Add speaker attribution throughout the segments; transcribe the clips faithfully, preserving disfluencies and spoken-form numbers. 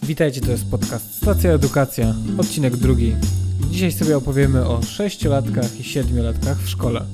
Speaker 1: Witajcie, to jest podcast Stacja Edukacja, odcinek drugi. Dzisiaj sobie opowiemy o sześciolatkach i siedmiolatkach w szkole.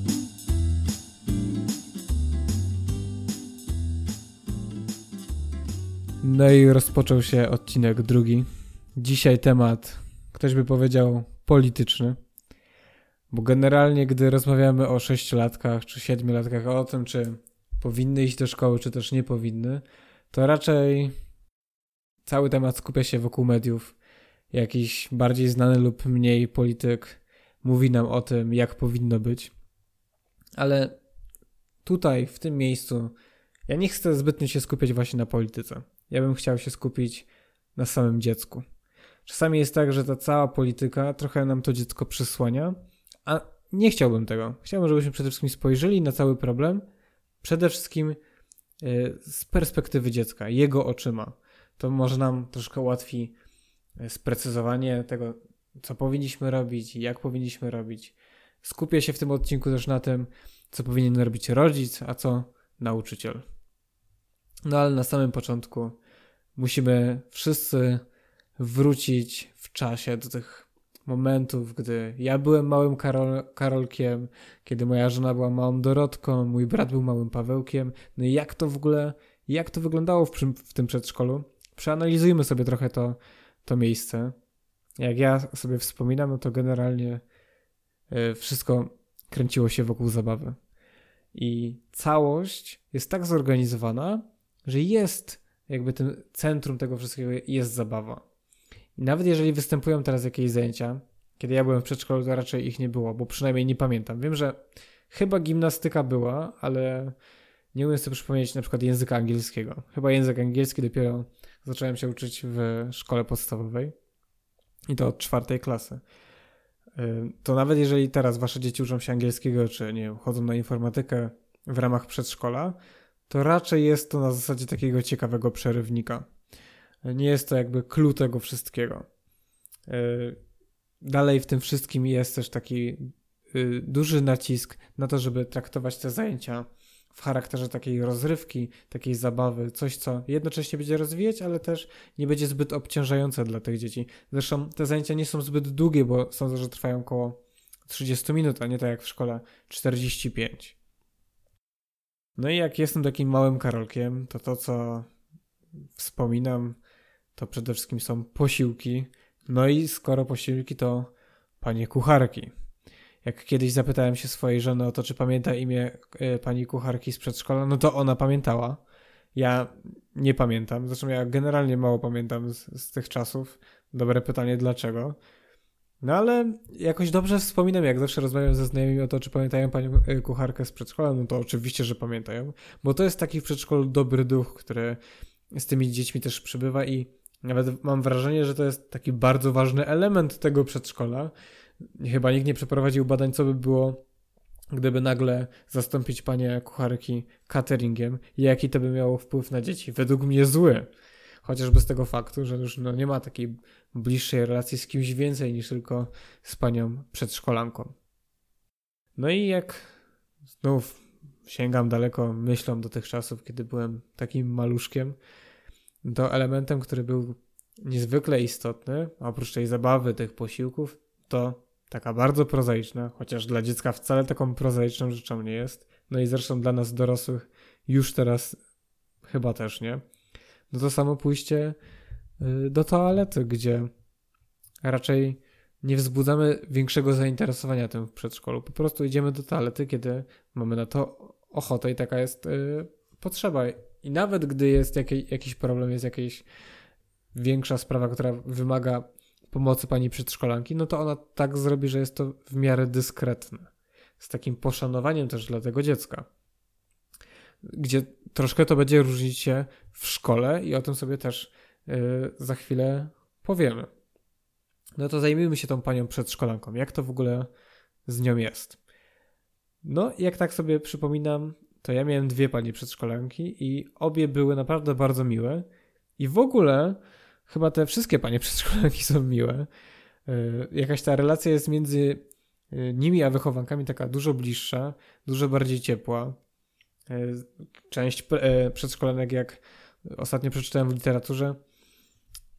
Speaker 1: No i rozpoczął się odcinek drugi. Dzisiaj temat, ktoś by powiedział, polityczny. Bo generalnie, gdy rozmawiamy o sześciolatkach czy siedmiolatkach, o tym, czy powinny iść do szkoły, czy też nie powinny, to raczej cały temat skupia się wokół mediów. Jakiś bardziej znany lub mniej polityk mówi nam o tym, jak powinno być. Ale tutaj, w tym miejscu, ja nie chcę zbytnio się skupiać właśnie na polityce. Ja bym chciał się skupić na samym dziecku. Czasami jest tak, że ta cała polityka trochę nam to dziecko przysłania, a nie chciałbym tego. Chciałbym, żebyśmy przede wszystkim spojrzeli na cały problem, przede wszystkim z perspektywy dziecka, jego oczyma. To może nam troszkę ułatwi sprecyzowanie tego, co powinniśmy robić i jak powinniśmy robić. Skupię się w tym odcinku też na tym, co powinien robić rodzic, a co nauczyciel. No ale na samym początku musimy wszyscy wrócić w czasie do tych momentów, gdy ja byłem małym Karol, Karolkiem, kiedy moja żona była małą Dorotką, mój brat był małym Pawełkiem. No i jak to w ogóle, jak to wyglądało w, w tym przedszkolu? Przeanalizujmy sobie trochę to, to miejsce. Jak ja sobie wspominam, no to generalnie y, wszystko kręciło się wokół zabawy. I całość jest tak zorganizowana, że jest jakby tym centrum tego wszystkiego jest zabawa. I nawet jeżeli występują teraz jakieś zajęcia, kiedy ja byłem w przedszkolu, to raczej ich nie było, bo przynajmniej nie pamiętam. Wiem, że chyba gimnastyka była, ale nie umiem sobie przypomnieć na przykład języka angielskiego. Chyba język angielski dopiero zacząłem się uczyć w szkole podstawowej i to od czwartej klasy. To nawet jeżeli teraz wasze dzieci uczą się angielskiego, czy nie wiem, chodzą na informatykę w ramach przedszkola, to raczej jest to na zasadzie takiego ciekawego przerywnika. Nie jest to jakby clue tego wszystkiego. Dalej w tym wszystkim jest też taki duży nacisk na to, żeby traktować te zajęcia w charakterze takiej rozrywki, takiej zabawy, coś co jednocześnie będzie rozwijać, ale też nie będzie zbyt obciążające dla tych dzieci. Zresztą te zajęcia nie są zbyt długie, bo sądzę, że trwają około trzydzieści minut, a nie tak jak w szkole czterdzieści pięć. No i jak jestem takim małym Karolkiem, to to co wspominam, to przede wszystkim są posiłki. No i skoro posiłki, to panie kucharki. Jak kiedyś zapytałem się swojej żony o to, czy pamięta imię y, pani kucharki z przedszkola, no to ona pamiętała. Ja nie pamiętam. Zresztą ja generalnie mało pamiętam z, z tych czasów. Dobre pytanie, dlaczego. No ale jakoś dobrze wspominam, jak zawsze rozmawiam ze znajomymi o to, czy pamiętają panią y, kucharkę z przedszkola, no to oczywiście, że pamiętają. Bo to jest taki w przedszkolu dobry duch, który z tymi dziećmi też przybywa i nawet mam wrażenie, że to jest taki bardzo ważny element tego przedszkola. Chyba nikt nie przeprowadził badań, co by było, gdyby nagle zastąpić panie kucharki cateringiem i jaki to by miało wpływ na dzieci. Według mnie zły. Chociażby z tego faktu, że już no, nie ma takiej bliższej relacji z kimś więcej niż tylko z panią przedszkolanką. No i jak znów sięgam daleko myślą do tych czasów, kiedy byłem takim maluszkiem, to elementem, który był niezwykle istotny, oprócz tej zabawy, tych posiłków, to taka bardzo prozaiczna, chociaż dla dziecka wcale taką prozaiczną rzeczą nie jest. No i zresztą dla nas dorosłych już teraz chyba też nie. No to samo pójście do toalety, gdzie raczej nie wzbudzamy większego zainteresowania tym w przedszkolu. Po prostu idziemy do toalety, kiedy mamy na to ochotę i taka jest potrzeba. I nawet gdy jest jakiś, jakiś problem, jest jakaś większa sprawa, która wymaga pomocy pani przedszkolanki, no to ona tak zrobi, że jest to w miarę dyskretne. Z takim poszanowaniem też dla tego dziecka. Gdzie troszkę to będzie różnić się w szkole i o tym sobie też yy, za chwilę powiemy. No to zajmijmy się tą panią przedszkolanką. Jak to w ogóle z nią jest? No jak tak sobie przypominam, to ja miałem dwie panie przedszkolanki i obie były naprawdę bardzo miłe i w ogóle chyba te wszystkie panie przedszkolanki są miłe. Yy, jakaś ta relacja jest między nimi a wychowankami taka dużo bliższa, dużo bardziej ciepła. Yy, część yy, przedszkolanek, jak ostatnio przeczytałem w literaturze,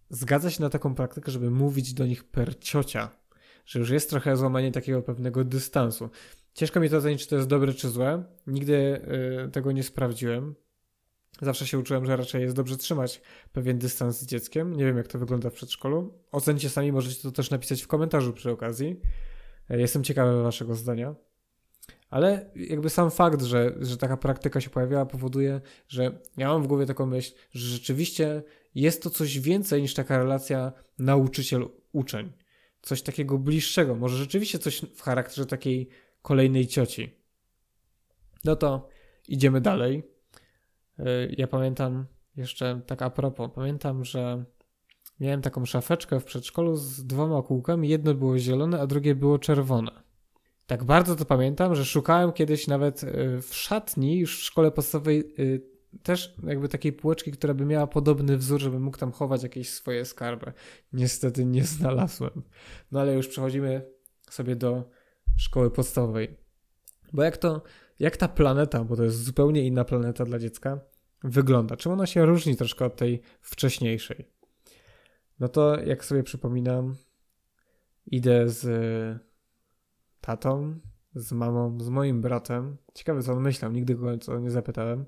Speaker 1: zgadza się na taką praktykę, żeby mówić do nich per ciocia, że już jest trochę złamanie takiego pewnego dystansu. Ciężko mi to ocenić, czy to jest dobre, czy złe. Nigdy y, tego nie sprawdziłem. Zawsze się uczyłem, że raczej jest dobrze trzymać pewien dystans z dzieckiem. Nie wiem, jak to wygląda w przedszkolu. Ocencie sami, możecie to też napisać w komentarzu przy okazji. Jestem ciekawy waszego zdania. Ale jakby sam fakt, że, że taka praktyka się pojawiała, powoduje, że ja mam w głowie taką myśl, że rzeczywiście jest to coś więcej niż taka relacja nauczyciel-uczeń. Coś takiego bliższego. Może rzeczywiście coś w charakterze takiej kolejnej cioci. No to idziemy dalej. Ja pamiętam jeszcze, tak a propos, pamiętam, że miałem taką szafeczkę w przedszkolu z dwoma kółkami. Jedno było zielone, a drugie było czerwone. Tak bardzo to pamiętam, że szukałem kiedyś nawet w szatni, już w szkole podstawowej, też jakby takiej półeczki, która by miała podobny wzór, żeby mógł tam chować jakieś swoje skarby. Niestety nie znalazłem. No ale już przechodzimy sobie do szkoły podstawowej. Bo jak to, jak ta planeta, bo to jest zupełnie inna planeta dla dziecka, wygląda? Czym ona się różni troszkę od tej wcześniejszej? No to jak sobie przypominam, idę z tatą, z mamą, z moim bratem. Ciekawe, co on myślał, nigdy go co nie zapytałem.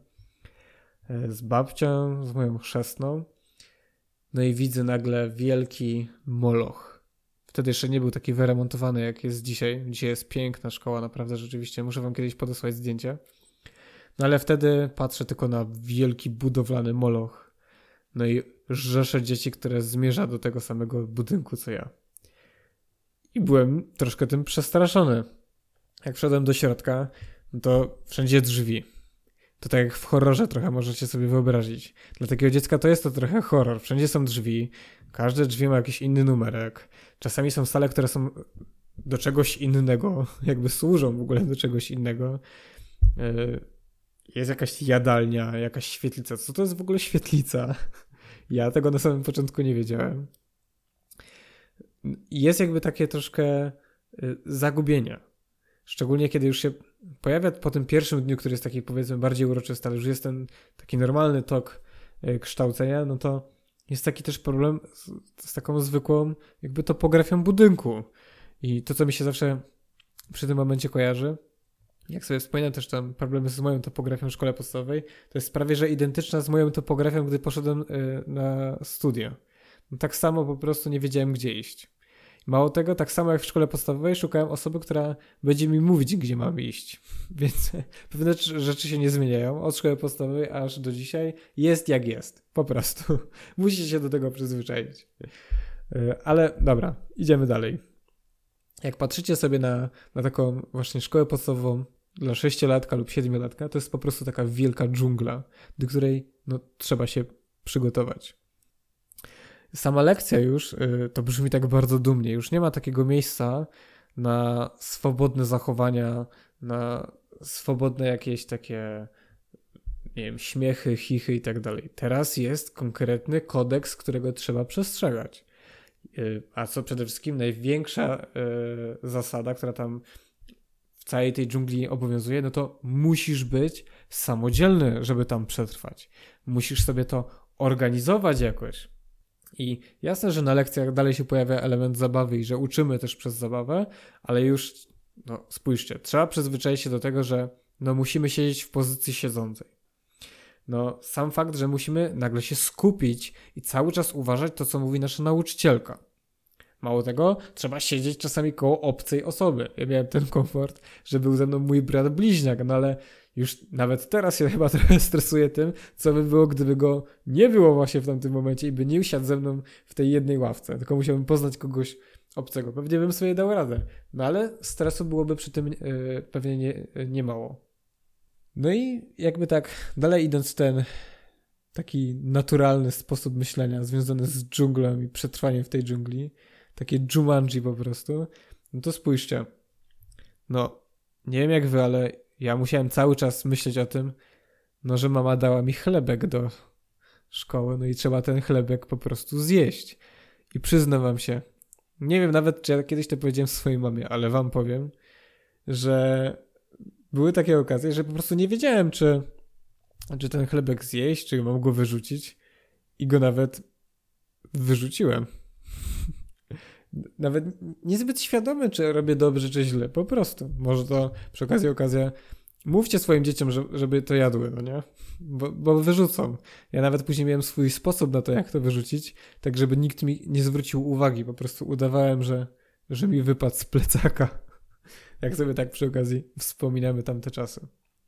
Speaker 1: Z babcią, z moją chrzestną. No i widzę nagle wielki moloch. Wtedy jeszcze nie był taki wyremontowany, jak jest dzisiaj. Dzisiaj jest piękna szkoła, naprawdę, rzeczywiście. Muszę wam kiedyś podesłać zdjęcie. No ale wtedy patrzę tylko na wielki budowlany moloch. No i rzesze dzieci, które zmierza do tego samego budynku, co ja. I byłem troszkę tym przestraszony. Jak wszedłem do środka, to wszędzie drzwi. To tak jak w horrorze trochę możecie sobie wyobrazić. Dla takiego dziecka to jest to trochę horror. Wszędzie są drzwi, każde drzwi ma jakiś inny numerek. Czasami są sale, które są do czegoś innego, jakby służą w ogóle do czegoś innego. Jest jakaś jadalnia, jakaś świetlica. Co to jest w ogóle świetlica? Ja tego na samym początku nie wiedziałem. Jest jakby takie troszkę zagubienia. Szczególnie kiedy już się pojawia po tym pierwszym dniu, który jest taki powiedzmy bardziej uroczysty, ale już jest ten taki normalny tok kształcenia, no to jest taki też problem z, z taką zwykłą jakby topografią budynku. I to, co mi się zawsze przy tym momencie kojarzy, jak sobie wspominam też tam problemy z moją topografią w szkole podstawowej, to jest prawie, że identyczna z moją topografią, gdy poszedłem na studia. No tak samo po prostu nie wiedziałem, gdzie iść. Mało tego, tak samo jak w szkole podstawowej szukałem osoby, która będzie mi mówić, gdzie mam iść. Więc pewne rzeczy się nie zmieniają od szkoły podstawowej aż do dzisiaj. Jest jak jest. Po prostu. Musicie się do tego przyzwyczaić. Ale dobra, idziemy dalej. Jak patrzycie sobie na, na taką właśnie szkołę podstawową dla sześciolatka lub siedmiolatka, to jest po prostu taka wielka dżungla, do której no, trzeba się przygotować. Sama lekcja już, to brzmi tak bardzo dumnie. Już nie ma takiego miejsca na swobodne zachowania, na swobodne jakieś takie, nie wiem, śmiechy, chichy i tak dalej. Teraz jest konkretny kodeks, którego trzeba przestrzegać. A co przede wszystkim największa zasada, która tam w całej tej dżungli obowiązuje, no to musisz być samodzielny, żeby tam przetrwać. Musisz sobie to organizować jakoś. I jasne, że na lekcjach dalej się pojawia element zabawy i że uczymy też przez zabawę, ale już, no spójrzcie, trzeba przyzwyczaić się do tego, że no musimy siedzieć w pozycji siedzącej. No sam fakt, że musimy nagle się skupić i cały czas uważać to, co mówi nasza nauczycielka. Mało tego, trzeba siedzieć czasami koło obcej osoby. Ja miałem ten komfort, że był ze mną mój brat bliźniak, no ale już nawet teraz się chyba trochę stresuję tym, co by było, gdyby go nie było właśnie w tamtym momencie i by nie usiadł ze mną w tej jednej ławce, tylko musiałbym poznać kogoś obcego. Pewnie bym sobie dał radę, no ale stresu byłoby przy tym yy, pewnie nie, nie mało. No i jakby tak dalej idąc w ten taki naturalny sposób myślenia związany z dżunglą i przetrwaniem w tej dżungli, takie Jumanji po prostu, no to spójrzcie, no nie wiem jak wy, ale ja musiałem cały czas myśleć o tym, no że mama dała mi chlebek do szkoły, no i trzeba ten chlebek po prostu zjeść. I przyznam wam się, nie wiem nawet, czy ja kiedyś to powiedziałem swojej mamie, ale wam powiem, że były takie okazje, że po prostu nie wiedziałem, czy, czy ten chlebek zjeść, czy mam go wyrzucić i go nawet wyrzuciłem. Nawet niezbyt świadomy, czy robię dobrze, czy źle. Po prostu. Może to przy okazji okazja. Mówcie swoim dzieciom, żeby to jadły, no nie? Bo, bo wyrzucą. Ja nawet później miałem swój sposób na to, jak to wyrzucić, tak żeby nikt mi nie zwrócił uwagi. Po prostu udawałem, że, że mi wypadł z plecaka. Jak sobie tak przy okazji wspominamy tamte czasy.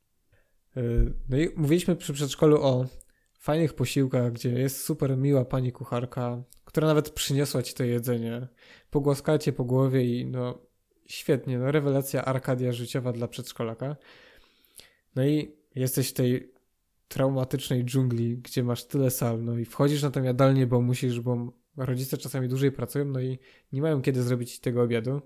Speaker 1: No i mówiliśmy przy przedszkolu o fajnych posiłkach, gdzie jest super miła pani kucharka, która nawet przyniosła ci to jedzenie. Pogłaskała cię po głowie i no świetnie, no rewelacja, arkadia życiowa dla przedszkolaka. No i jesteś w tej traumatycznej dżungli, gdzie masz tyle sal, no i wchodzisz na tę jadalnię, bo musisz, bo rodzice czasami dłużej pracują, no i nie mają kiedy zrobić tego obiadu.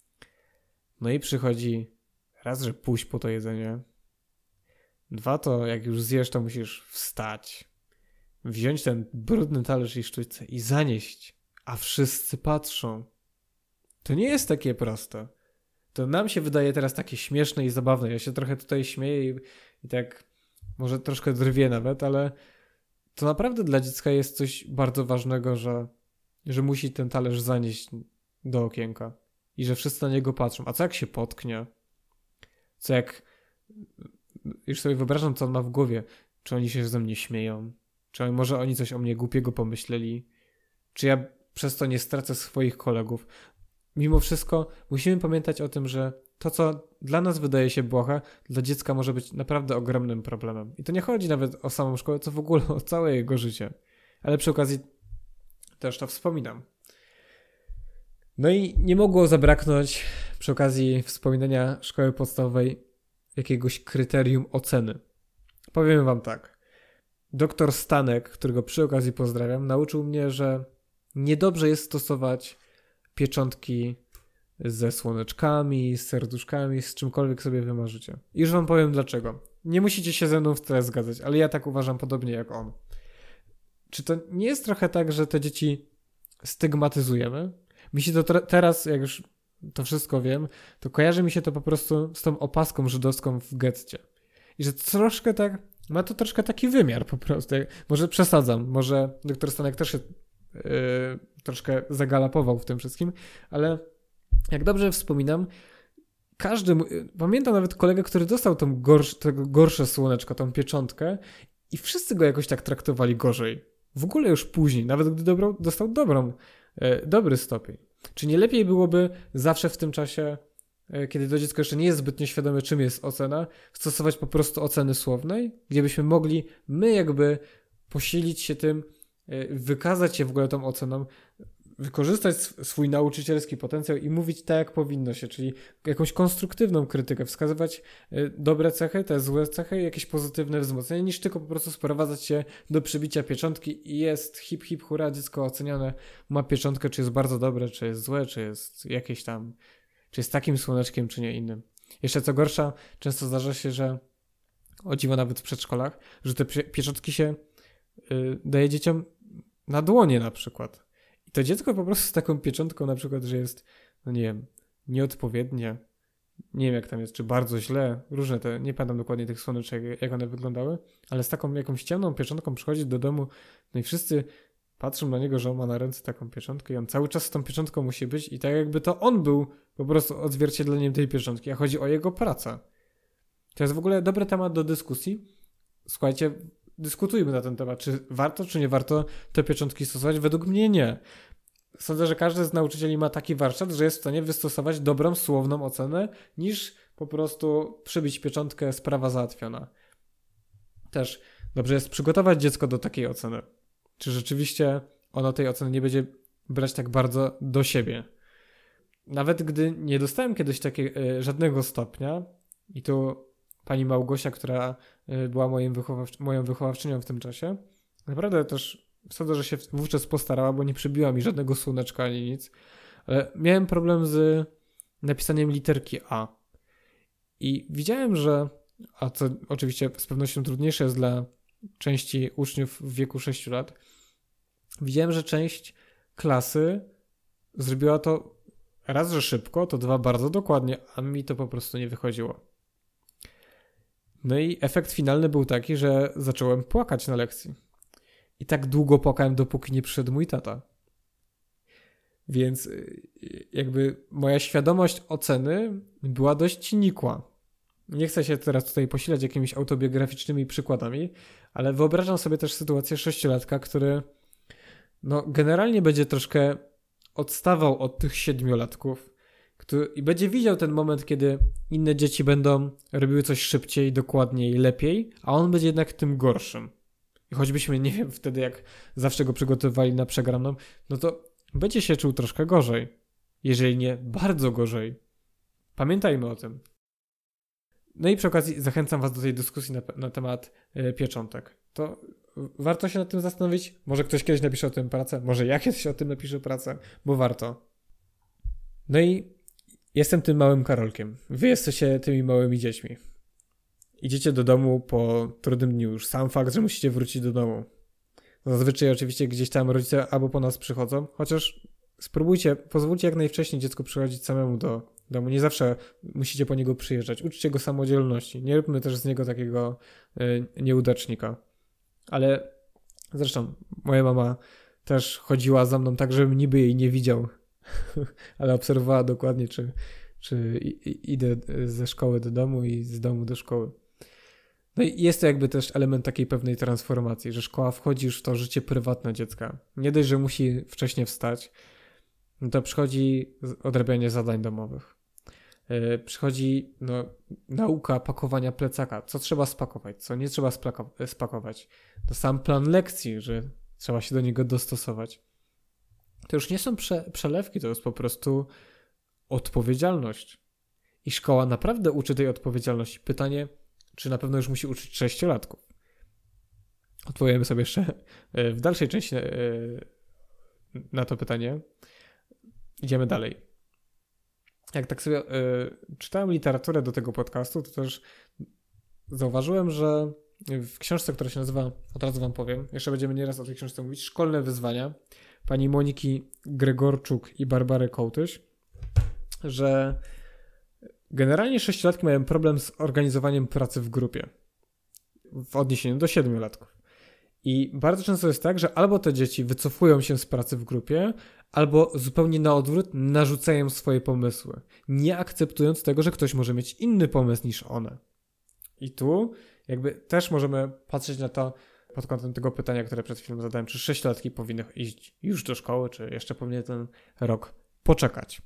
Speaker 1: No i przychodzi raz, że pójść po to jedzenie. Dwa, to jak już zjesz, to musisz wstać, wziąć ten brudny talerz i sztućce i zanieść, a wszyscy patrzą. To nie jest takie proste. To nam się wydaje teraz takie śmieszne i zabawne. Ja się trochę tutaj śmieję i, i tak może troszkę drwię nawet, ale to naprawdę dla dziecka jest coś bardzo ważnego, że, że musi ten talerz zanieść do okienka i że wszyscy na niego patrzą. A co jak się potknie? Co jak... Już sobie wyobrażam, co on ma w głowie. Czy oni się ze mnie śmieją? Czy może oni coś o mnie głupiego pomyśleli? Czy ja przez to nie stracę swoich kolegów? Mimo wszystko musimy pamiętać o tym, że to, co dla nas wydaje się błahe, dla dziecka może być naprawdę ogromnym problemem. I to nie chodzi nawet o samą szkołę, co w ogóle o całe jego życie. Ale przy okazji też to wspominam. No i nie mogło zabraknąć przy okazji wspominania szkoły podstawowej jakiegoś kryterium oceny. Powiem wam tak. Doktor Stanek, którego przy okazji pozdrawiam, nauczył mnie, że niedobrze jest stosować pieczątki ze słoneczkami, z serduszkami, z czymkolwiek sobie wymarzycie. I już wam powiem dlaczego. Nie musicie się ze mną wcale zgadzać, ale ja tak uważam podobnie jak on. Czy to nie jest trochę tak, że te dzieci stygmatyzujemy? Mi się to tra- teraz, jak już to wszystko wiem, to kojarzy mi się to po prostu z tą opaską żydowską w getcie. I że troszkę tak, ma to troszkę taki wymiar po prostu. Może przesadzam, może doktor Stanek też się yy, troszkę zagalapował w tym wszystkim, ale jak dobrze wspominam, każdy, pamiętam nawet kolegę, który dostał tą gorsz, tego gorsze słoneczko, tą pieczątkę i wszyscy go jakoś tak traktowali gorzej. W ogóle już później, nawet gdy dobrą, dostał dobrą, yy, dobry stopień. Czy nie lepiej byłoby zawsze w tym czasie, kiedy to dziecko jeszcze nie jest zbytnio świadome, czym jest ocena, stosować po prostu oceny słownej, gdzie byśmy mogli my jakby posilić się tym, wykazać się w ogóle tą oceną, wykorzystać swój nauczycielski potencjał i mówić tak, jak powinno się, czyli jakąś konstruktywną krytykę, wskazywać dobre cechy, te złe cechy, jakieś pozytywne wzmocnienie, niż tylko po prostu sprowadzać się do przybicia pieczątki i jest hip, hip, hura, dziecko oceniane ma pieczątkę, czy jest bardzo dobre, czy jest złe, czy jest jakieś tam, czy jest takim słoneczkiem, czy nie innym. Jeszcze co gorsza, często zdarza się, że o dziwo nawet w przedszkolach, że te pieczątki się yy, daje dzieciom na dłonie na przykład. I to dziecko po prostu z taką pieczątką na przykład, że jest, no nie wiem, nieodpowiednie, nie wiem jak tam jest, czy bardzo źle, różne te, nie pamiętam dokładnie tych słoneczek, jak one wyglądały, ale z taką jakąś ciemną pieczątką przychodzi do domu, no i wszyscy patrzą na niego, że on ma na ręce taką pieczątkę i on cały czas z tą pieczątką musi być i tak jakby to on był po prostu odzwierciedleniem tej pieczątki, a chodzi o jego pracę. To jest w ogóle dobry temat do dyskusji. Słuchajcie, dyskutujmy na ten temat, czy warto, czy nie warto te pieczątki stosować. Według mnie nie. Sądzę, że każdy z nauczycieli ma taki warsztat, że jest w stanie wystosować dobrą, słowną ocenę, niż po prostu przybić pieczątkę, sprawa załatwiona. Też dobrze jest przygotować dziecko do takiej oceny. Czy rzeczywiście ono tej oceny nie będzie brać tak bardzo do siebie. Nawet gdy nie dostałem kiedyś takiego y, żadnego stopnia i tu pani Małgosia, która y, była moim wychowawczy- moją wychowawczynią w tym czasie, naprawdę też sądzę, że się wówczas postarała, bo nie przybiła mi żadnego słoneczka ani nic, ale miałem problem z napisaniem literki A. I widziałem, że, a co oczywiście z pewnością trudniejsze jest dla części uczniów w wieku sześciu lat, widziałem, że część klasy zrobiła to raz, że szybko, to dwa, bardzo dokładnie, a mi to po prostu nie wychodziło. No i efekt finalny był taki, że zacząłem płakać na lekcji. I tak długo płakałem, dopóki nie przyszedł mój tata. Więc jakby moja świadomość oceny była dość nikła. Nie chcę się teraz tutaj posilać jakimiś autobiograficznymi przykładami, ale wyobrażam sobie też sytuację sześciolatka, który no generalnie będzie troszkę odstawał od tych siedmiolatków który, i będzie widział ten moment, kiedy inne dzieci będą robiły coś szybciej, dokładniej, lepiej, a on będzie jednak tym gorszym. I choćbyśmy, nie wiem, wtedy jak zawsze go przygotowywali na przegraną, no to będzie się czuł troszkę gorzej. Jeżeli nie bardzo gorzej. Pamiętajmy o tym. No i przy okazji zachęcam was do tej dyskusji na, na temat y, pieczątek. To warto się nad tym zastanowić. Może ktoś kiedyś napisze o tym pracę, może ja kiedyś o tym napiszę pracę, bo warto. No i jestem tym małym Karolkiem. Wy jesteście tymi małymi dziećmi. Idziecie do domu po trudnym dniu. Już sam fakt, że musicie wrócić do domu. Zazwyczaj oczywiście gdzieś tam rodzice albo po nas przychodzą, chociaż spróbujcie, pozwólcie jak najwcześniej dziecku przychodzić samemu do domu. Nie zawsze musicie po niego przyjeżdżać. Uczcie go samodzielności. Nie róbmy też z niego takiego y, nieudacznika. Ale zresztą moja mama też chodziła za mną tak, żebym niby jej nie widział, ale obserwowała dokładnie, czy, czy idę ze szkoły do domu i z domu do szkoły. No i jest to jakby też element takiej pewnej transformacji, że szkoła wchodzi już w to życie prywatne dziecka. Nie dość, że musi wcześniej wstać, no to przychodzi odrabianie zadań domowych. Yy, przychodzi no, nauka pakowania plecaka. Co trzeba spakować, co nie trzeba splako- spakować. To sam plan lekcji, że trzeba się do niego dostosować. To już nie są prze- przelewki, to jest po prostu odpowiedzialność. I szkoła naprawdę uczy tej odpowiedzialności. Pytanie, czy na pewno już musi uczyć sześciolatków? Odpowiemy sobie jeszcze w dalszej części na to pytanie. Idziemy dalej. Jak tak sobie czytałem literaturę do tego podcastu, to też zauważyłem, że w książce, która się nazywa, od razu wam powiem, jeszcze będziemy nieraz o tej książce mówić, Szkolne wyzwania, pani Moniki Gregorczuk i Barbary Kołtyś, że generalnie sześciolatki mają problem z organizowaniem pracy w grupie w odniesieniu do siedmiolatków. I bardzo często jest tak, że albo te dzieci wycofują się z pracy w grupie, albo zupełnie na odwrót narzucają swoje pomysły, nie akceptując tego, że ktoś może mieć inny pomysł niż one. I tu jakby też możemy patrzeć na to pod kątem tego pytania, które przed chwilą zadałem, czy sześciolatki powinny iść już do szkoły, czy jeszcze powinny ten rok poczekać.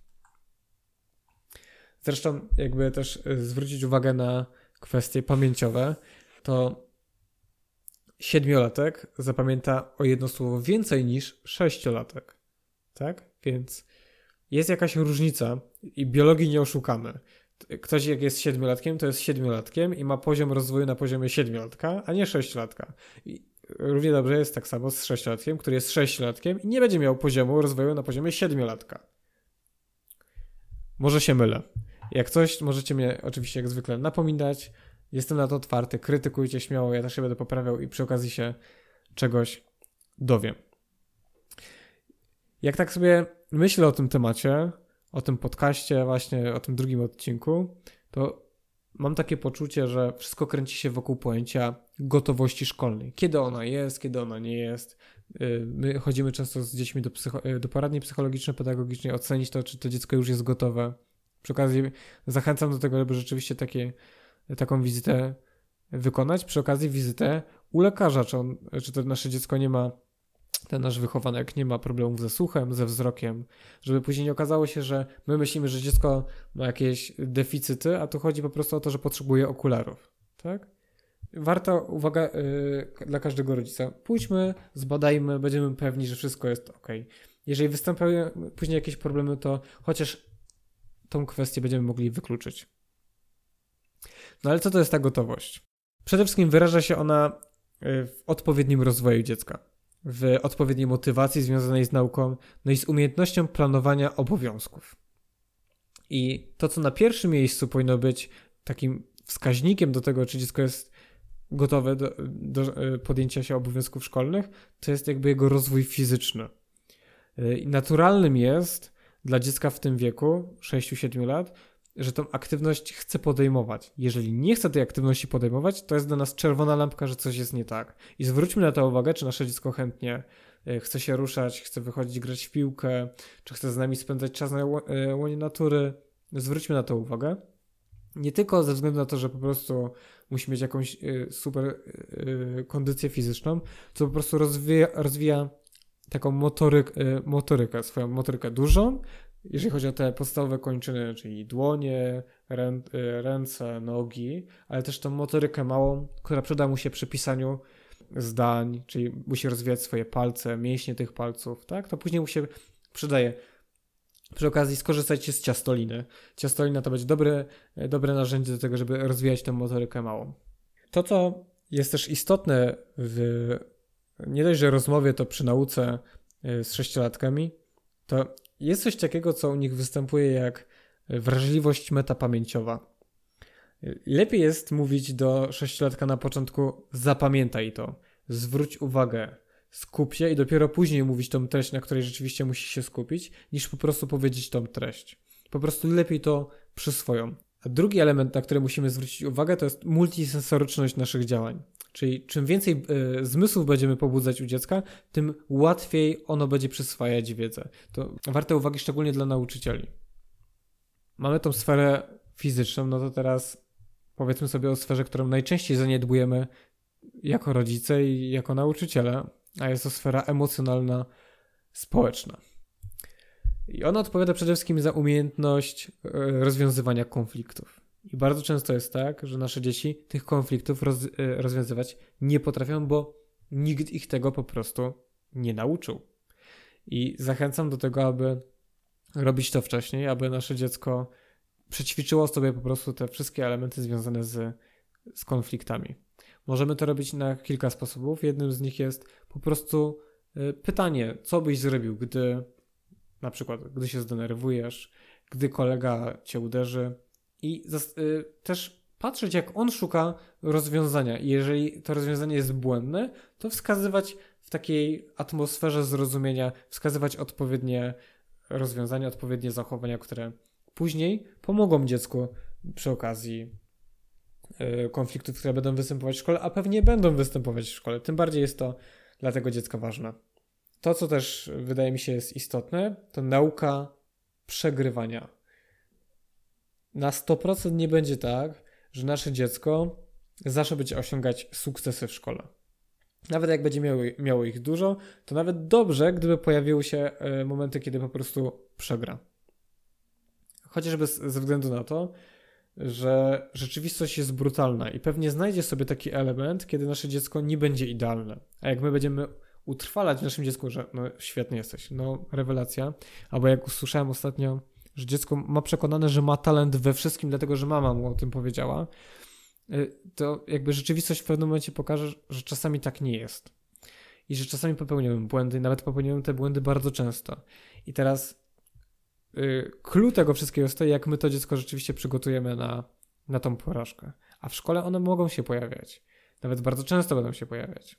Speaker 1: Zresztą jakby też zwrócić uwagę na kwestie pamięciowe, to siedmiolatek zapamięta o jedno słowo więcej niż sześciolatek. Tak? Więc jest jakaś różnica i biologii nie oszukamy. Ktoś jak jest siedmiolatkiem, to jest siedmiolatkiem i ma poziom rozwoju na poziomie siedmiolatka, a nie sześciolatka. I równie dobrze jest tak samo z sześciolatkiem, który jest sześciolatkiem i nie będzie miał poziomu rozwoju na poziomie siedmiolatka. Może się mylę. Jak coś, możecie mnie oczywiście jak zwykle napominać. Jestem na to otwarty, krytykujcie śmiało, ja też się będę poprawiał i przy okazji się czegoś dowiem. Jak tak sobie myślę o tym temacie, o tym podcaście, właśnie o tym drugim odcinku, to mam takie poczucie, że wszystko kręci się wokół pojęcia gotowości szkolnej. Kiedy ona jest, kiedy ona nie jest. My chodzimy często z dziećmi do, psycho- do poradni psychologiczno-pedagogicznej, ocenić to, czy to dziecko już jest gotowe. Przy okazji zachęcam do tego, żeby rzeczywiście takie, taką wizytę wykonać. Przy okazji wizytę u lekarza, czy, on, czy to nasze dziecko nie ma, ten nasz wychowanek nie ma problemów ze słuchem, ze wzrokiem, żeby później nie okazało się, że my myślimy, że dziecko ma jakieś deficyty, a tu chodzi po prostu o to, że potrzebuje okularów. Tak? Warto, uwaga yy, dla każdego rodzica, pójdźmy, zbadajmy, będziemy pewni, że wszystko jest ok. Jeżeli występują później jakieś problemy, to chociaż tą kwestię będziemy mogli wykluczyć. No ale co to jest ta gotowość? Przede wszystkim wyraża się ona w odpowiednim rozwoju dziecka, w odpowiedniej motywacji związanej z nauką, no i z umiejętnością planowania obowiązków. I to, co na pierwszym miejscu powinno być takim wskaźnikiem do tego, czy dziecko jest gotowe do, do podjęcia się obowiązków szkolnych, to jest jakby jego rozwój fizyczny. I naturalnym jest dla dziecka w tym wieku, sześć siedem lat, że tą aktywność chce podejmować. Jeżeli nie chce tej aktywności podejmować, to jest dla nas czerwona lampka, że coś jest nie tak. I zwróćmy na to uwagę, czy nasze dziecko chętnie chce się ruszać, chce wychodzić grać w piłkę, czy chce z nami spędzać czas na łonie natury. Zwróćmy na to uwagę. Nie tylko ze względu na to, że po prostu musi mieć jakąś super kondycję fizyczną, co po prostu rozwija, rozwija taką motoryk, motorykę, swoją motorykę dużą, jeżeli chodzi o te podstawowe kończyny, czyli dłonie, rę, ręce, nogi, ale też tą motorykę małą, która przyda mu się przy pisaniu zdań, czyli musi rozwijać swoje palce, mięśnie tych palców, tak? To później mu się przydaje. Przy okazji skorzystajcie z ciastoliny. Ciastolina to będzie dobre, dobre narzędzie do tego, żeby rozwijać tę motorykę małą. To, co jest też istotne w nie dość, że rozmowie, to przy nauce z sześciolatkami, to jest coś takiego, co u nich występuje jak wrażliwość metapamięciowa. Lepiej jest mówić do sześciolatka na początku: zapamiętaj to, zwróć uwagę, skup się, i dopiero później mówić tą treść, na której rzeczywiście musi się skupić, niż po prostu powiedzieć tą treść. Po prostu lepiej to przyswoją. A drugi element, na który musimy zwrócić uwagę, to jest multisensoryczność naszych działań. Czyli czym więcej y, zmysłów będziemy pobudzać u dziecka, tym łatwiej ono będzie przyswajać wiedzę. To warte uwagi szczególnie dla nauczycieli. Mamy tą sferę fizyczną, no to teraz powiedzmy sobie o sferze, którą najczęściej zaniedbujemy jako rodzice i jako nauczyciele, a jest to sfera emocjonalna, społeczna. I ona odpowiada przede wszystkim za umiejętność rozwiązywania konfliktów. I bardzo często jest tak, że nasze dzieci tych konfliktów roz, rozwiązywać nie potrafią, bo nikt ich tego po prostu nie nauczył. I zachęcam do tego, aby robić to wcześniej, aby nasze dziecko przećwiczyło sobie po prostu te wszystkie elementy związane z, z konfliktami. Możemy to robić na kilka sposobów. Jednym z nich jest po prostu pytanie, co byś zrobił, gdy na przykład, gdy się zdenerwujesz, gdy kolega cię uderzy, i zas- y, też patrzeć, jak on szuka rozwiązania. I jeżeli to rozwiązanie jest błędne, to wskazywać w takiej atmosferze zrozumienia, wskazywać odpowiednie rozwiązania, odpowiednie zachowania, które później pomogą dziecku przy okazji y, konfliktów, które będą występować w szkole, a pewnie będą występować w szkole. Tym bardziej jest to dla tego dziecka ważne. To, co też wydaje mi się jest istotne, to nauka przegrywania. Na sto procent nie będzie tak, że nasze dziecko zawsze będzie osiągać sukcesy w szkole. Nawet jak będzie miało, miało ich dużo, to nawet dobrze, gdyby pojawiły się momenty, kiedy po prostu przegra. Chociażby ze względu na to, że rzeczywistość jest brutalna i pewnie znajdzie sobie taki element, kiedy nasze dziecko nie będzie idealne. A jak my będziemy utrwalać w naszym dziecku, że no świetny jesteś, no rewelacja, albo jak usłyszałem ostatnio, że dziecko ma przekonane, że ma talent we wszystkim, dlatego że mama mu o tym powiedziała, to jakby rzeczywistość w pewnym momencie pokaże, że czasami tak nie jest. I że czasami popełniamy błędy, nawet popełniamy te błędy bardzo często. I teraz yy, clue tego wszystkiego jest to, jak my to dziecko rzeczywiście przygotujemy na, na tą porażkę. A w szkole one mogą się pojawiać. Nawet bardzo często będą się pojawiać.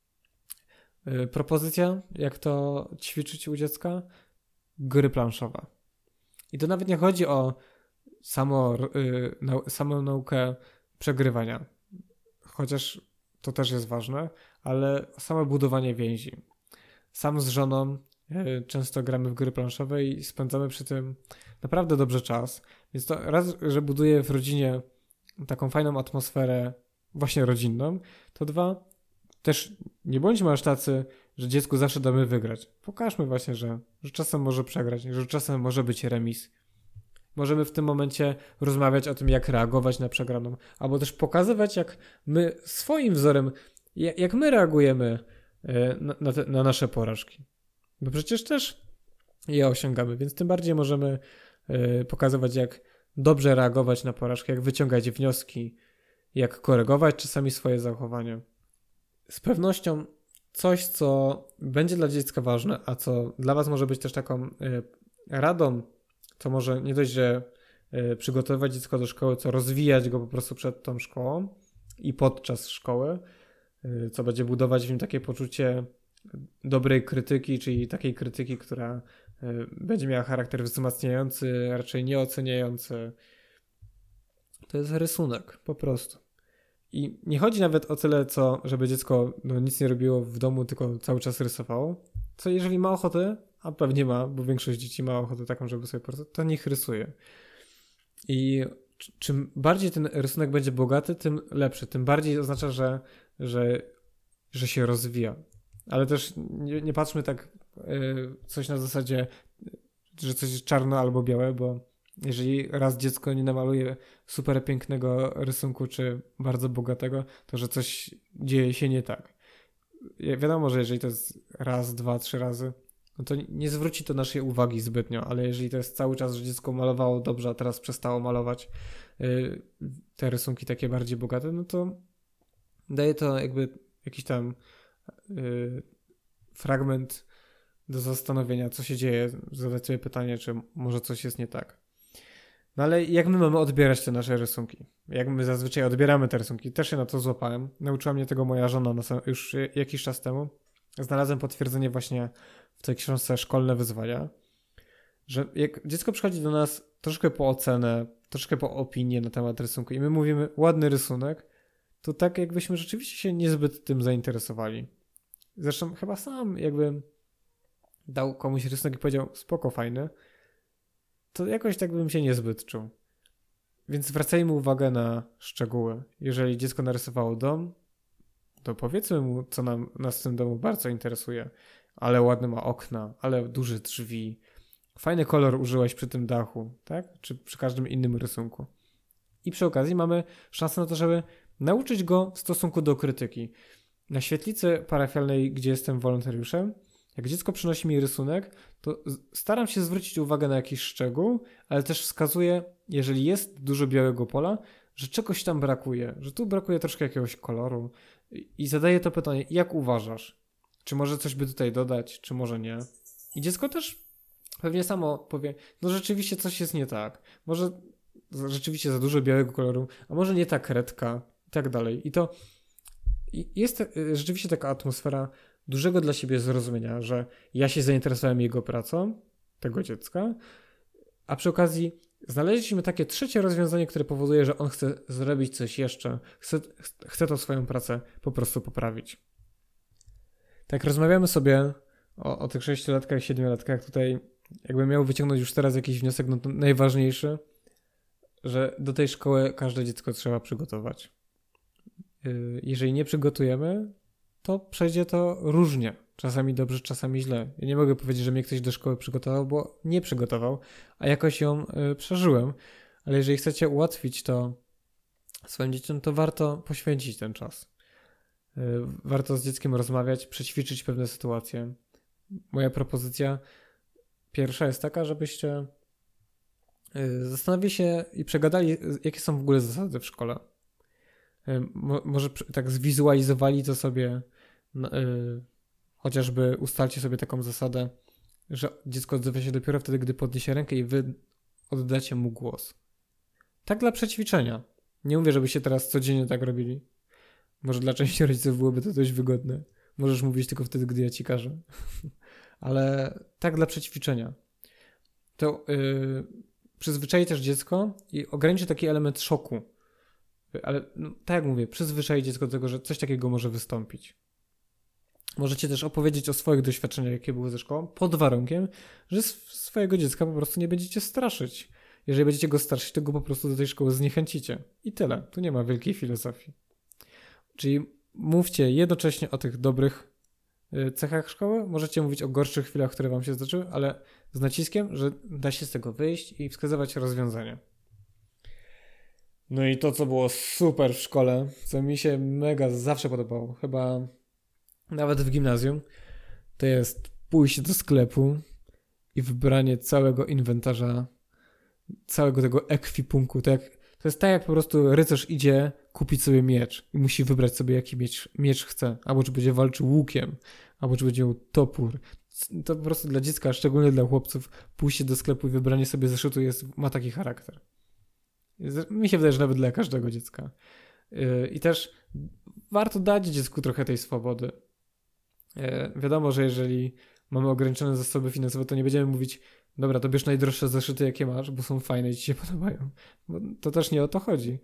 Speaker 1: Yy, propozycja, jak to ćwiczyć u dziecka? Gry planszowe. I to nawet nie chodzi o samo, yy, nau, samą naukę przegrywania, chociaż to też jest ważne, ale samo budowanie więzi. Sam z żoną yy, często gramy w gry planszowe i spędzamy przy tym naprawdę dobrze czas, więc to raz, że buduje w rodzinie taką fajną atmosferę właśnie rodzinną, to dwa, też nie bądźmy aż tacy, że dziecku zawsze damy wygrać. Pokażmy właśnie, że, że czasem może przegrać, że czasem może być remis. Możemy w tym momencie rozmawiać o tym, jak reagować na przegraną, albo też pokazywać, jak my swoim wzorem, jak my reagujemy na, na, te, na nasze porażki. Bo przecież też je osiągamy, więc tym bardziej możemy pokazywać, jak dobrze reagować na porażkę, jak wyciągać wnioski, jak korygować czasami swoje zachowania. Z pewnością coś, co będzie dla dziecka ważne, a co dla was może być też taką radą, to może nie dość, że przygotowywać dziecko do szkoły, co rozwijać go po prostu przed tą szkołą i podczas szkoły, co będzie budować w nim takie poczucie dobrej krytyki, czyli takiej krytyki, która będzie miała charakter wzmacniający, raczej nie oceniający. To jest rysunek, po prostu. I nie chodzi nawet o tyle, co, żeby dziecko no, nic nie robiło w domu, tylko cały czas rysowało, co jeżeli ma ochotę, a pewnie ma, bo większość dzieci ma ochotę taką, żeby sobie porozmawiać, to niech rysuje. I czym bardziej ten rysunek będzie bogaty, tym lepszy. Tym bardziej oznacza, że, że, że się rozwija. Ale też nie, nie patrzmy tak yy, coś na zasadzie, że coś jest czarno albo białe, bo jeżeli raz dziecko nie namaluje super pięknego rysunku, czy bardzo bogatego, to że coś dzieje się nie tak. Wiadomo, że jeżeli to jest raz, dwa, trzy razy, no to nie zwróci to naszej uwagi zbytnio, ale jeżeli to jest cały czas, że dziecko malowało dobrze, a teraz przestało malować yy, te rysunki takie bardziej bogate, no to daje to jakby jakiś tam yy, fragment do zastanowienia, co się dzieje, zadać sobie pytanie, czy może coś jest nie tak. No ale jak my mamy odbierać te nasze rysunki? Jak my zazwyczaj odbieramy te rysunki? Też się na to złapałem. Nauczyła mnie tego moja żona już jakiś czas temu. Znalazłem potwierdzenie właśnie w tej książce Szkolne Wyzwania, że jak dziecko przychodzi do nas troszkę po ocenę, troszkę po opinię na temat rysunku i my mówimy ładny rysunek, to tak jakbyśmy rzeczywiście się niezbyt tym zainteresowali. Zresztą chyba sam jakby dał komuś rysunek i powiedział spoko, fajny, to jakoś tak bym się niezbyt czuł. Więc zwracajmy uwagę na szczegóły. Jeżeli dziecko narysowało dom, to powiedzmy mu, co nam, nas w tym domu bardzo interesuje. Ale ładne ma okna, ale duże drzwi. Fajny kolor użyłeś przy tym dachu, tak? Czy przy każdym innym rysunku. I przy okazji mamy szansę na to, żeby nauczyć go w stosunku do krytyki. Na świetlicy parafialnej, gdzie jestem wolontariuszem, jak dziecko przynosi mi rysunek, to staram się zwrócić uwagę na jakiś szczegół, ale też wskazuję, jeżeli jest dużo białego pola, że czegoś tam brakuje, że tu brakuje troszkę jakiegoś koloru i zadaję to pytanie, jak uważasz? Czy może coś by tutaj dodać, czy może nie? I dziecko też pewnie samo powie, no rzeczywiście coś jest nie tak, może rzeczywiście za dużo białego koloru, a może nie ta kredka i tak dalej. I to jest rzeczywiście taka atmosfera dużego dla siebie zrozumienia, że ja się zainteresowałem jego pracą, tego dziecka, a przy okazji znaleźliśmy takie trzecie rozwiązanie, które powoduje, że on chce zrobić coś jeszcze, chce, chce tą swoją pracę po prostu poprawić. Tak rozmawiamy sobie o, o tych sześciolatkach, siedmiolatkach, tutaj jakbym miał wyciągnąć już teraz jakiś wniosek, no to najważniejszy, że do tej szkoły każde dziecko trzeba przygotować. Jeżeli nie przygotujemy, to przejdzie to różnie. Czasami dobrze, czasami źle. Ja nie mogę powiedzieć, że mnie ktoś do szkoły przygotował, bo nie przygotował, a jakoś ją y, przeżyłem. Ale jeżeli chcecie ułatwić to swoim dzieciom, to warto poświęcić ten czas. Y, warto z dzieckiem rozmawiać, przećwiczyć pewne sytuacje. Moja propozycja pierwsza jest taka, żebyście y, zastanowili się i przegadali, jakie są w ogóle zasady w szkole. Może tak zwizualizowali to sobie, yy, chociażby ustalcie sobie taką zasadę, że dziecko odzywa się dopiero wtedy, gdy podniesie rękę i wy oddacie mu głos. Tak dla przećwiczenia. Nie mówię, żebyście teraz codziennie tak robili. Może dla części rodziców byłoby to dość wygodne. Możesz mówić tylko wtedy, gdy ja ci każę. Ale tak dla przećwiczenia. To yy, przyzwyczai też dziecko i ograniczy taki element szoku. Ale no, tak jak mówię, przyzwyczaj dziecko do tego, że coś takiego może wystąpić. Możecie też opowiedzieć o swoich doświadczeniach, jakie były ze szkołą, pod warunkiem, że swojego dziecka po prostu nie będziecie straszyć. Jeżeli będziecie go straszyć, to go po prostu do tej szkoły zniechęcicie. I tyle. Tu nie ma wielkiej filozofii. Czyli mówcie jednocześnie o tych dobrych cechach szkoły, możecie mówić o gorszych chwilach, które wam się zdarzyły, ale z naciskiem, że da się z tego wyjść i wskazywać rozwiązania. No i to, co było super w szkole, co mi się mega zawsze podobało, chyba nawet w gimnazjum, to jest pójście do sklepu i wybranie całego inwentarza, całego tego ekwipunku. To, jak, to jest tak, jak po prostu rycerz idzie kupić sobie miecz i musi wybrać sobie, jaki miecz, miecz chce. Albo czy będzie walczył łukiem, albo czy będzie miał topór. To po prostu dla dziecka, szczególnie dla chłopców, pójście do sklepu i wybranie sobie zeszytu jest, ma taki charakter. Mi się wydaje, że nawet dla każdego dziecka. I też warto dać dziecku trochę tej swobody. Wiadomo, że jeżeli mamy ograniczone zasoby finansowe, to nie będziemy mówić, dobra, to bierz najdroższe zeszyty, jakie masz, bo są fajne i ci się podobają. Bo to też nie o to chodzi.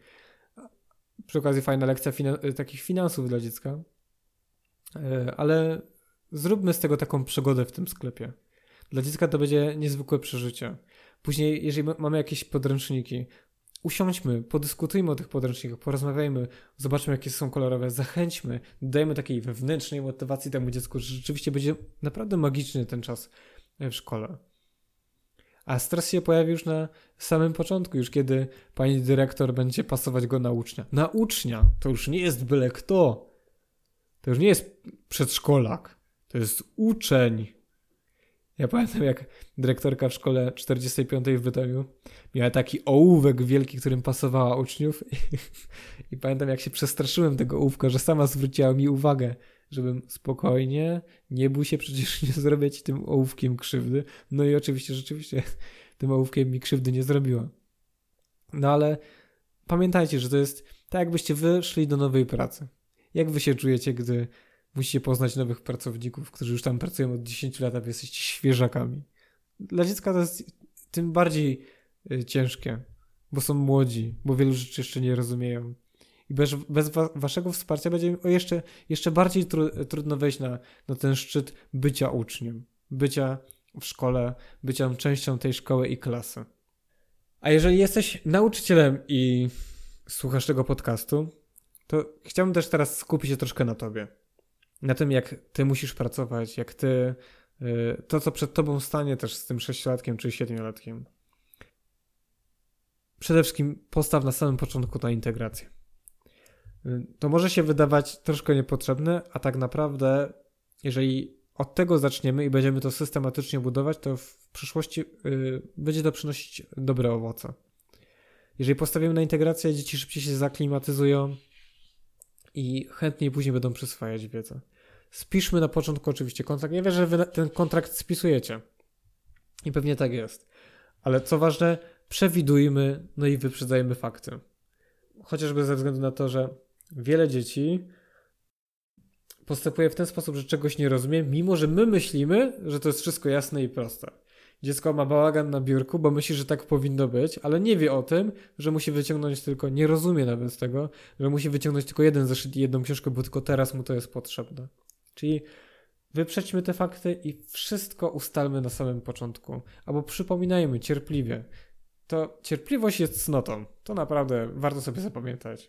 Speaker 1: Przy okazji fajna lekcja finan- takich finansów dla dziecka. Ale zróbmy z tego taką przygodę w tym sklepie. Dla dziecka to będzie niezwykłe przeżycie. Później, jeżeli mamy jakieś podręczniki, usiądźmy, podyskutujmy o tych podręcznikach, porozmawiajmy, zobaczmy, jakie są kolorowe, zachęćmy, dajmy takiej wewnętrznej motywacji temu dziecku, że rzeczywiście będzie naprawdę magiczny ten czas w szkole. A stres się pojawi już na samym początku, już kiedy pani dyrektor będzie pasować go na ucznia. Na ucznia! To już nie jest byle kto. To już nie jest przedszkolak. To jest uczeń. Ja pamiętam, jak dyrektorka w szkole czterdziestej piątej w Bytomiu miała taki ołówek wielki, którym pasowała uczniów i, i pamiętam, jak się przestraszyłem tego ołówka, że sama zwróciła mi uwagę, żebym spokojnie, nie bój się, przecież nie zrobię ci tym ołówkiem krzywdy. No i oczywiście, rzeczywiście tym ołówkiem mi krzywdy nie zrobiła. No ale pamiętajcie, że to jest tak, jakbyście wy szli do nowej pracy. Jak wy się czujecie, gdy musicie poznać nowych pracowników, którzy już tam pracują od dziesięciu lat, a wy jesteście świeżakami. Dla dziecka to jest tym bardziej y, ciężkie, bo są młodzi, bo wielu rzeczy jeszcze nie rozumieją. I bez, bez wa- waszego wsparcia będzie o jeszcze, jeszcze bardziej tru- trudno wejść na, na ten szczyt bycia uczniem, bycia w szkole, bycia częścią tej szkoły i klasy. A jeżeli jesteś nauczycielem i słuchasz tego podcastu, to chciałbym też teraz skupić się troszkę na tobie. Na tym, jak ty musisz pracować, jak ty, yy, to co przed tobą stanie też z tym sześciolatkiem czy siedmiolatkiem. Przede wszystkim postaw na samym początku na integrację. Yy, to może się wydawać troszkę niepotrzebne, a tak naprawdę, jeżeli od tego zaczniemy i będziemy to systematycznie budować, to w przyszłości yy, będzie to przynosić dobre owoce. Jeżeli postawimy na integrację, dzieci szybciej się zaklimatyzują i chętniej później będą przyswajać wiedzę. Spiszmy na początku oczywiście kontrakt. Ja wiem, że wy ten kontrakt spisujecie. I pewnie tak jest. Ale co ważne, przewidujmy, no i wyprzedzajmy fakty. Chociażby ze względu na to, że wiele dzieci postępuje w ten sposób, że czegoś nie rozumie, mimo że my myślimy, że to jest wszystko jasne i proste. Dziecko ma bałagan na biurku, bo myśli, że tak powinno być, ale nie wie o tym, że musi wyciągnąć tylko, nie rozumie nawet tego, że musi wyciągnąć tylko jeden zeszyt i jedną książkę, bo tylko teraz mu to jest potrzebne. Czyli wyprzedźmy te fakty i wszystko ustalmy na samym początku. Albo przypominajmy cierpliwie. To cierpliwość jest cnotą. To naprawdę warto sobie zapamiętać.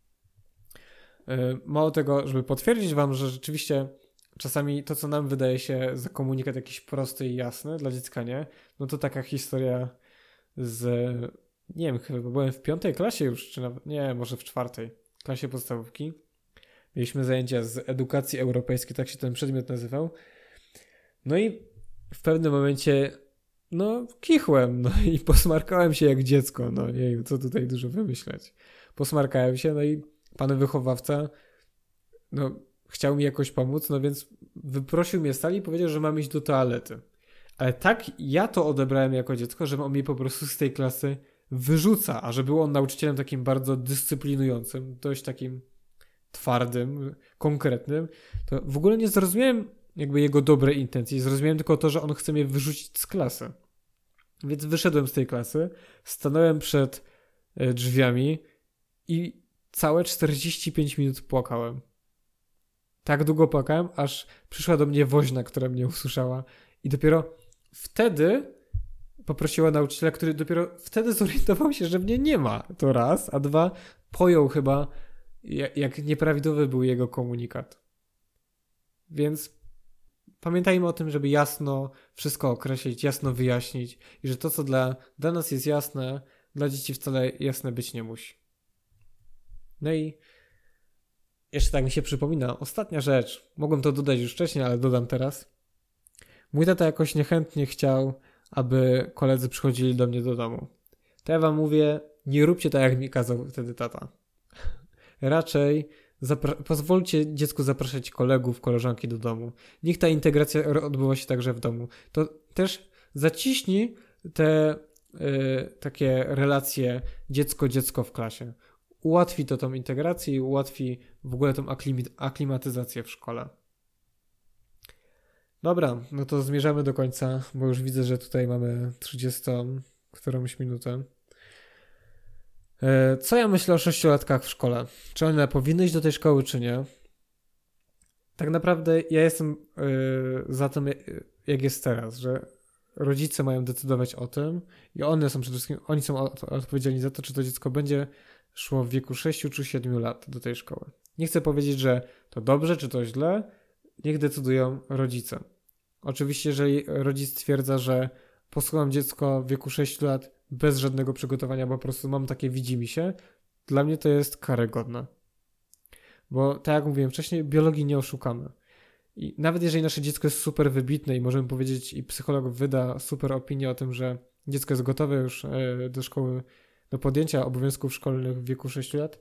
Speaker 1: Yy, mało tego, żeby potwierdzić wam, że rzeczywiście czasami to, co nam wydaje się za komunikat jakiś prosty i jasny, dla dziecka nie, no to taka historia z, nie wiem, chyba byłem w piątej klasie już, czy nawet, nie, może w czwartej klasie podstawówki. Mieliśmy zajęcia z edukacji europejskiej, tak się ten przedmiot nazywał. No i w pewnym momencie, no, kichłem, no i posmarkałem się jak dziecko, no jeju, co tutaj dużo wymyśleć. Posmarkałem się, no i pan wychowawca, no, chciał mi jakoś pomóc, no więc wyprosił mnie z sali i powiedział, że mam iść do toalety. Ale tak ja to odebrałem jako dziecko, że on mnie po prostu z tej klasy wyrzuca, a że był on nauczycielem takim bardzo dyscyplinującym, dość takim twardym, konkretnym, to w ogóle nie zrozumiałem jakby jego dobrej intencji, zrozumiałem tylko to, że on chce mnie wyrzucić z klasy. Więc wyszedłem z tej klasy, stanąłem przed drzwiami i całe czterdzieści pięć minut płakałem. Tak długo płakałem, aż przyszła do mnie woźna, która mnie usłyszała i dopiero wtedy poprosiła nauczyciela, który dopiero wtedy zorientował się, że mnie nie ma. To raz, a dwa, pojął chyba, jak nieprawidłowy był jego komunikat. Więc pamiętajmy o tym, żeby jasno wszystko określić, jasno wyjaśnić i że to, co dla, dla nas jest jasne, dla dzieci wcale jasne być nie musi. No i jeszcze tak mi się przypomina, ostatnia rzecz, mogłem to dodać już wcześniej, ale dodam teraz. Mój tata jakoś niechętnie chciał, aby koledzy przychodzili do mnie do domu. To ja wam mówię, nie róbcie tak, jak mi kazał wtedy tata. Raczej zapra- pozwólcie dziecku zapraszać kolegów, koleżanki do domu. Niech ta integracja odbywa się także w domu. To też zaciśnij te yy, takie relacje dziecko-dziecko w klasie. Ułatwi to tą integrację i ułatwi w ogóle tą aklim- aklimatyzację w szkole. Dobra, no to zmierzamy do końca, bo już widzę, że tutaj mamy trzydziestą którąś minutę. Co ja myślę o sześciolatkach w szkole? Czy one powinny iść do tej szkoły, czy nie? tak naprawdę ja jestem yy, za tym, jak jest teraz, że rodzice mają decydować o tym i one są przede wszystkim, oni są odpowiedzialni za to, czy to dziecko będzie szło w wieku sześciu czy siedmiu lat do tej szkoły. Nie chcę powiedzieć, że to dobrze, czy to źle, niech decydują rodzice. Oczywiście, jeżeli rodzic stwierdza, że posyłam dziecko w wieku sześciu lat bez żadnego przygotowania, bo po prostu mam takie widzimisię, dla mnie to jest karygodne. Bo tak jak mówiłem wcześniej, biologii nie oszukamy. I nawet jeżeli nasze dziecko jest super wybitne i możemy powiedzieć, i psycholog wyda super opinię o tym, że dziecko jest gotowe już do szkoły, do podjęcia obowiązków szkolnych w wieku sześciu lat,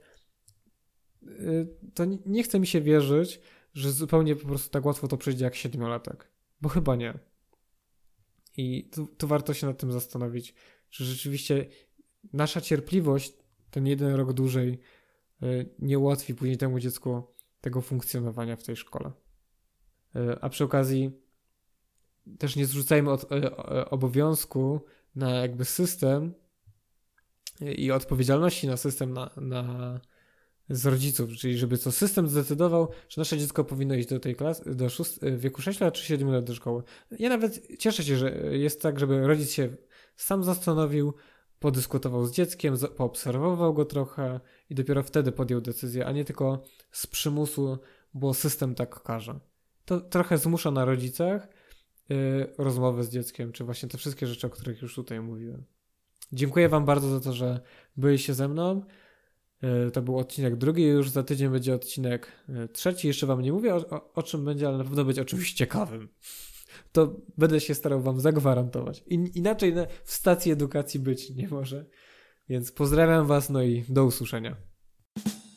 Speaker 1: to nie chce mi się wierzyć, że zupełnie po prostu tak łatwo to przejdzie jak siedmiolatek. Bo chyba nie. I tu, tu warto się nad tym zastanowić, że rzeczywiście nasza cierpliwość, ten jeden rok dłużej, nie ułatwi później temu dziecku tego funkcjonowania w tej szkole. A przy okazji też nie zrzucajmy od, obowiązku na jakby system i odpowiedzialności na system na, na, z rodziców, czyli żeby to system zdecydował, że nasze dziecko powinno iść do tej klasy, do szóst, w wieku sześciu lat czy siedmiu lat do szkoły. Ja nawet cieszę się, że jest tak, żeby rodzic się sam zastanowił, podyskutował z dzieckiem, poobserwował go trochę i dopiero wtedy podjął decyzję, a nie tylko z przymusu, bo system tak każe. To trochę zmusza na rodzicach yy, rozmowę z dzieckiem, czy właśnie te wszystkie rzeczy, o których już tutaj mówiłem. Dziękuję wam bardzo za to, że byliście ze mną. Yy, to był odcinek drugi, już za tydzień będzie odcinek yy, trzeci. Jeszcze wam nie mówię o, o, o czym będzie, ale na pewno będzie o czymś ciekawym. To będę się starał wam zagwarantować. In, inaczej na, w stacji edukacji być nie może. Więc pozdrawiam was, no i do usłyszenia.